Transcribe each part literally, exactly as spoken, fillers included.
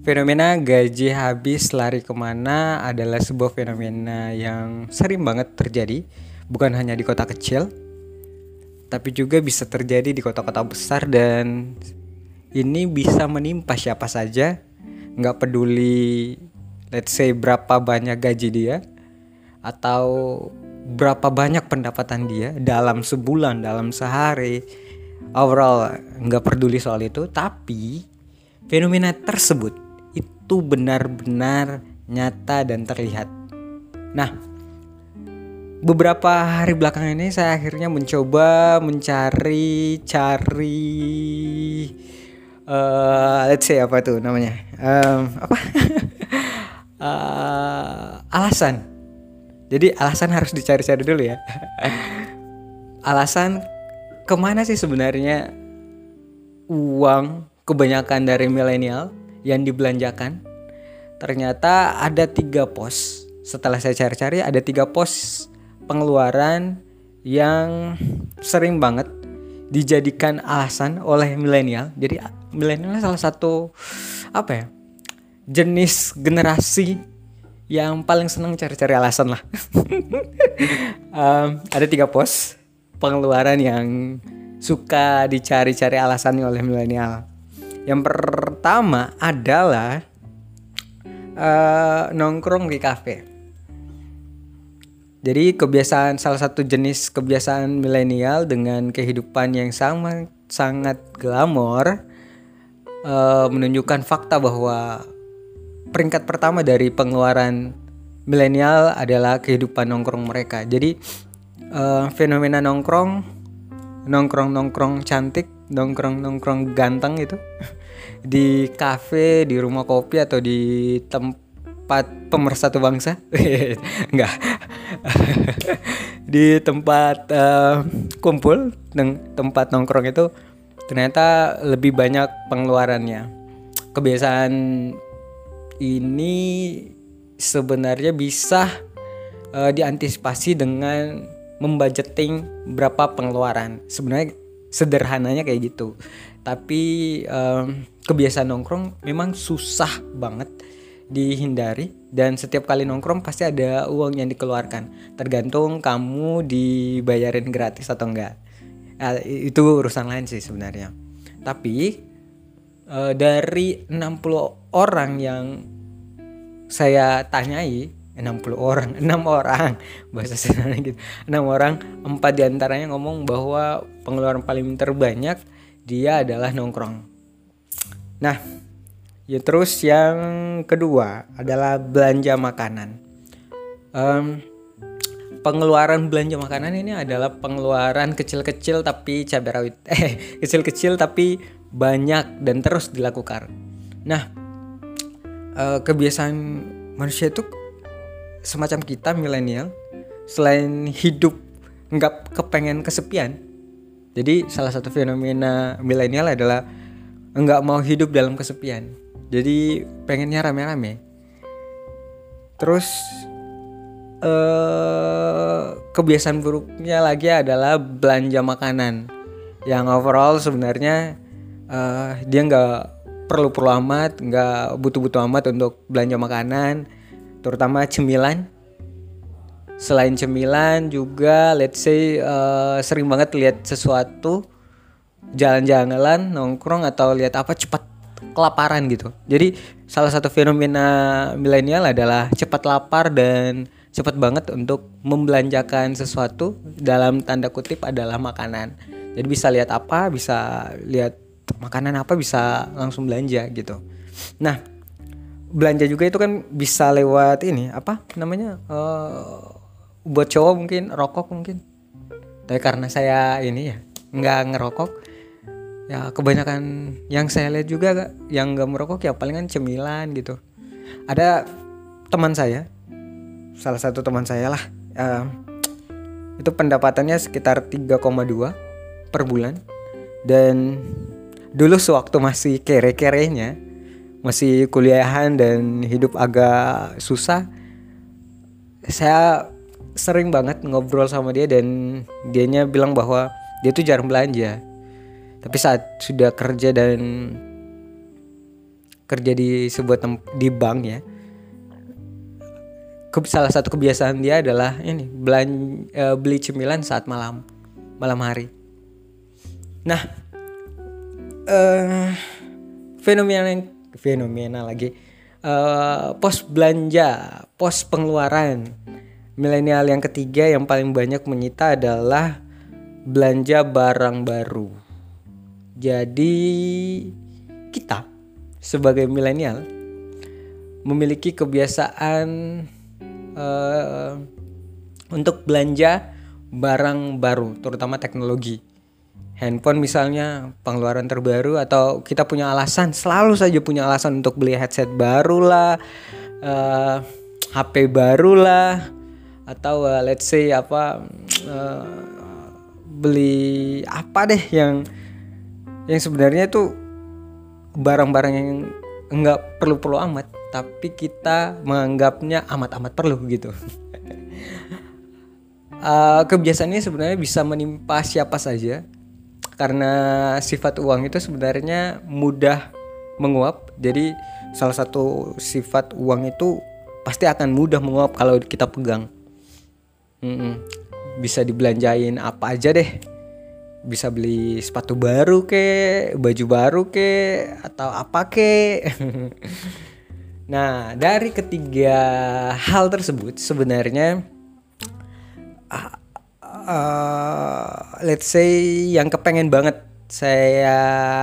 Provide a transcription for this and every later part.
Fenomena gaji habis lari kemana adalah sebuah fenomena yang sering banget terjadi, bukan hanya di kota kecil, tapi juga bisa terjadi di kota-kota besar, dan ini bisa menimpa siapa saja, nggak peduli let's say berapa banyak gaji dia atau berapa banyak pendapatan dia dalam sebulan, dalam sehari, overall nggak peduli soal itu. Tapi fenomena tersebut itu benar-benar nyata dan terlihat. Nah, beberapa hari belakangan ini saya akhirnya mencoba mencari cari uh, let's say apa tuh namanya um, apa uh, alasan. Jadi alasan harus dicari-cari dulu ya. Alasan kemana sih sebenarnya uang kebanyakan dari milenial yang dibelanjakan. Ternyata ada tiga pos. Setelah saya cari-cari, ada tiga pos pengeluaran yang sering banget dijadikan alasan oleh milenial. Jadi milenial salah satu apa ya, jenis generasi yang paling senang cari-cari alasan lah. um, ada tiga pos pengeluaran yang suka dicari-cari alasannya oleh milenial. Yang pertama adalah uh, nongkrong di kafe. Jadi kebiasaan salah satu jenis kebiasaan milenial dengan kehidupan yang sangat sangat glamor uh, menunjukkan fakta bahwa peringkat pertama dari pengeluaran milenial adalah kehidupan nongkrong mereka. Jadi uh, fenomena nongkrong, nongkrong-nongkrong cantik, nongkrong-nongkrong ganteng itu di kafe, di rumah kopi atau di tempat pemersatu bangsa, enggak, di tempat uh, kumpul, tempat nongkrong itu ternyata lebih banyak pengeluarannya. Kebiasaan ini sebenarnya bisa uh, diantisipasi dengan membudgeting berapa pengeluaran. Sebenarnya sederhananya kayak gitu. Tapi um, kebiasaan nongkrong memang susah banget dihindari, dan setiap kali nongkrong pasti ada uang yang dikeluarkan. Tergantung kamu dibayarin gratis atau enggak. Uh, itu urusan lain sih sebenarnya. Tapi Uh, dari enam puluh orang yang saya tanyai, enam puluh orang, enam orang, bahasa sederhana gitu, enam orang, empat diantaranya ngomong bahwa pengeluaran paling terbanyak dia adalah nongkrong. Nah, ya terus yang kedua adalah belanja makanan. Um, pengeluaran belanja makanan ini adalah pengeluaran kecil-kecil tapi cabai rawit, eh kecil-kecil tapi banyak dan terus dilakukan. Nah, uh, kebiasaan manusia itu semacam kita milenial, selain hidup nggak kepengen kesepian. Jadi salah satu fenomena milenial adalah nggak mau hidup dalam kesepian. Jadi pengennya rame-rame. Terus uh, kebiasaan buruknya lagi adalah belanja makanan, yang overall sebenarnya Uh, dia nggak perlu-perlu amat, nggak butuh-butuh amat untuk belanja makanan, terutama cemilan. Selain cemilan juga, let's say uh, sering banget lihat sesuatu, jalan-jalan, nongkrong atau lihat apa cepat kelaparan gitu. Jadi salah satu fenomena milenial adalah cepat lapar dan cepat banget untuk membelanjakan sesuatu, dalam tanda kutip adalah makanan. Jadi bisa lihat apa, bisa lihat makanan apa, bisa langsung belanja gitu. Nah, belanja juga itu kan bisa lewat ini apa namanya, uh, buat cowok mungkin rokok mungkin. Tapi karena saya ini ya nggak ngerokok, ya kebanyakan yang saya lihat juga yang nggak merokok ya palingan cemilan gitu. Ada teman saya, salah satu teman saya lah, uh, itu pendapatannya sekitar tiga koma dua per bulan, dan dulu sewaktu masih kere-kerenya, masih kuliahan dan hidup agak susah, saya sering banget ngobrol sama dia, dan dianya bilang bahwa dia tuh jarang belanja. Tapi saat sudah kerja dan kerja di sebuah tem- di bank ya, ke- salah satu kebiasaan dia adalah ini belan uh, beli cemilan saat malam malam hari. Nah, uh, fenomena yang fenomena lagi uh, pos belanja, pos pengeluaran milenial yang ketiga yang paling banyak menyita adalah belanja barang baru. Jadi kita sebagai milenial memiliki kebiasaan uh, untuk belanja barang baru, terutama teknologi. Handphone misalnya pengeluaran terbaru, atau kita punya alasan, selalu saja punya alasan untuk beli headset baru lah, uh, H P baru lah, atau uh, let's say apa uh, beli apa deh yang yang sebenarnya itu barang-barang yang enggak perlu-perlu amat, tapi kita menganggapnya amat-amat perlu gitu. uh, kebiasaan ini sebenarnya bisa menimpa siapa saja, karena sifat uang itu sebenarnya mudah menguap. Jadi salah satu sifat uang itu pasti akan mudah menguap kalau kita pegang. Mm-mm. Bisa dibelanjain apa aja deh. Bisa beli sepatu baru ke, baju baru ke, atau apa ke. Nah, dari ketiga hal tersebut sebenarnya uh, uh, let's say yang kepengen banget saya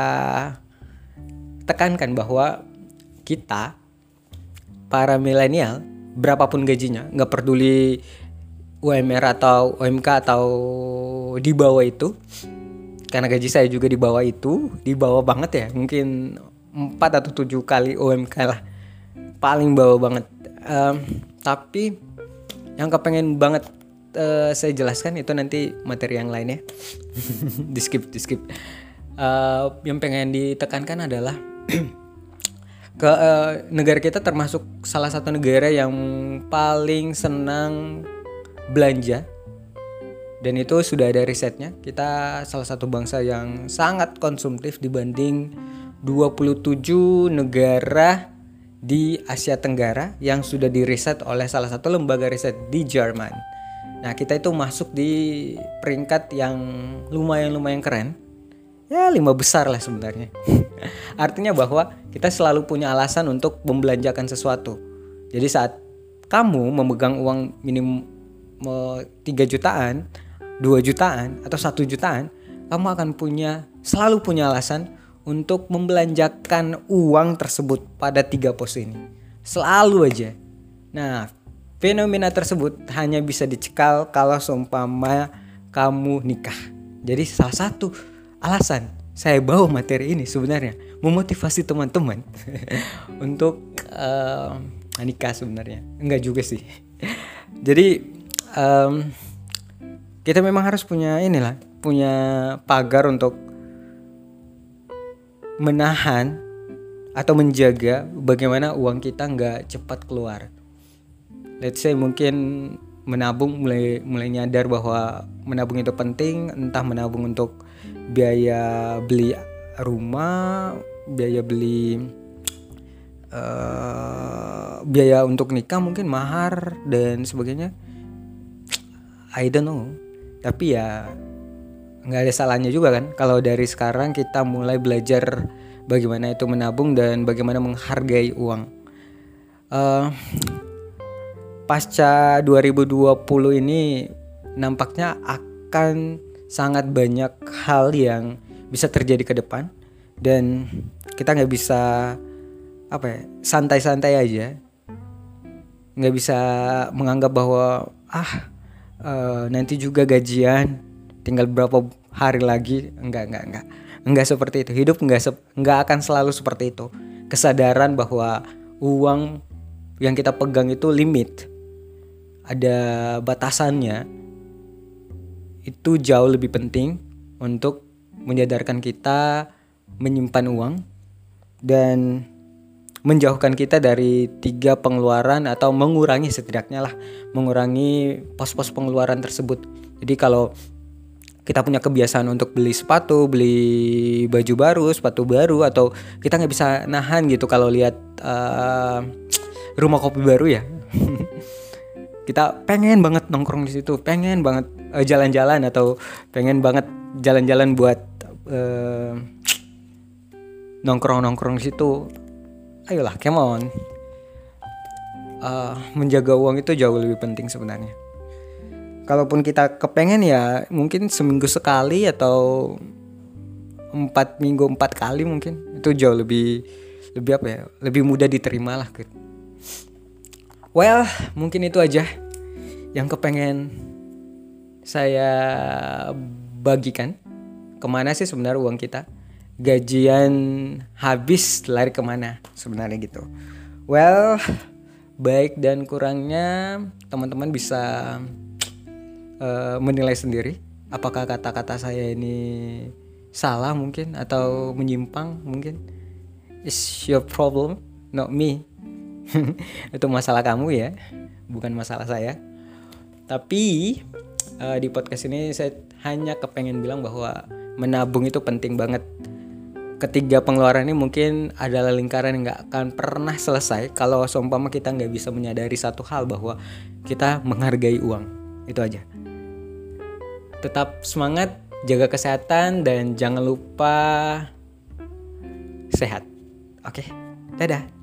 tekankan bahwa kita para milenial, berapapun gajinya, nggak peduli U M R atau U M K atau di bawah itu, karena gaji saya juga di bawah itu, di bawah banget ya, mungkin empat atau tujuh kali U M K lah, paling bawah banget. Um, tapi yang kepengen banget uh, saya jelaskan itu nanti materi yang lainnya. di skip, di skip. Uh, yang pengen ditekankan adalah ke uh, negara kita termasuk salah satu negara yang paling senang belanja, dan itu sudah ada risetnya. Kita salah satu bangsa yang sangat konsumtif dibanding dua puluh tujuh negara di Asia Tenggara yang sudah diriset oleh salah satu lembaga riset di Jerman. Nah, kita itu masuk di peringkat yang lumayan-lumayan keren. Ya, lima besar lah sebenarnya. Artinya bahwa kita selalu punya alasan untuk membelanjakan sesuatu. Jadi saat kamu memegang uang minimum tiga jutaan, dua jutaan, atau satu jutaan, kamu akan punya selalu punya alasan untuk membelanjakan uang tersebut pada tiga pos ini. Selalu aja. Nah, fenomena tersebut hanya bisa dicekal kalau seumpama kamu nikah. Jadi salah satu alasan saya bawa materi ini sebenarnya memotivasi teman-teman untuk uh, nikah sebenarnya. Enggak juga sih. Jadi Um, kita memang harus punya inilah, punya pagar untuk menahan atau menjaga bagaimana uang kita nggak cepat keluar. Let's say mungkin menabung, mulai mulai nyadar bahwa menabung itu penting, entah menabung untuk biaya beli rumah, biaya beli uh, biaya untuk nikah, mungkin mahar dan sebagainya. I don't know, tapi ya nggak ada salahnya juga kan kalau dari sekarang kita mulai belajar bagaimana itu menabung dan bagaimana menghargai uang. Uh, pasca dua ribu dua puluh ini nampaknya akan sangat banyak hal yang bisa terjadi ke depan, dan kita nggak bisa apa ya santai-santai aja, nggak bisa menganggap bahwa ah Uh, nanti juga gajian, tinggal berapa hari lagi. Enggak, enggak, enggak. Enggak seperti itu. Hidup enggak se- enggak akan selalu seperti itu. Kesadaran bahwa uang yang kita pegang itu limit, ada batasannya, itu jauh lebih penting untuk menyadarkan kita menyimpan uang dan menjauhkan kita dari tiga pengeluaran, atau mengurangi setidaknya lah mengurangi pos-pos pengeluaran tersebut. Jadi kalau kita punya kebiasaan untuk beli sepatu, beli baju baru, sepatu baru, atau kita nggak bisa nahan gitu kalau lihat uh, rumah kopi baru ya. Kita pengen banget nongkrong di situ, pengen banget uh, jalan-jalan atau pengen banget jalan-jalan buat uh, nongkrong-nongkrong di situ. Ayolah, come on. Uh, menjaga uang itu jauh lebih penting sebenarnya. Kalaupun kita kepengen ya mungkin seminggu sekali atau empat minggu empat kali mungkin itu jauh lebih lebih apa ya, lebih mudah diterima lah. Well, mungkin itu aja yang kepengen saya bagikan. Kemana sih sebenarnya uang kita? Gajian habis lari kemana sebenarnya gitu. Well, baik dan kurangnya teman-teman bisa Uh, menilai sendiri apakah kata-kata saya ini salah mungkin atau menyimpang mungkin. It's your problem, not me. Itu masalah kamu ya, bukan masalah saya. Tapi uh, di podcast ini saya hanya kepengen bilang bahwa menabung itu penting banget. Ketiga pengeluaran ini mungkin adalah lingkaran yang gak akan pernah selesai kalau seumpama kita gak bisa menyadari satu hal, bahwa kita menghargai uang. Itu aja. Tetap semangat, jaga kesehatan, dan jangan lupa sehat. Oke, dadah.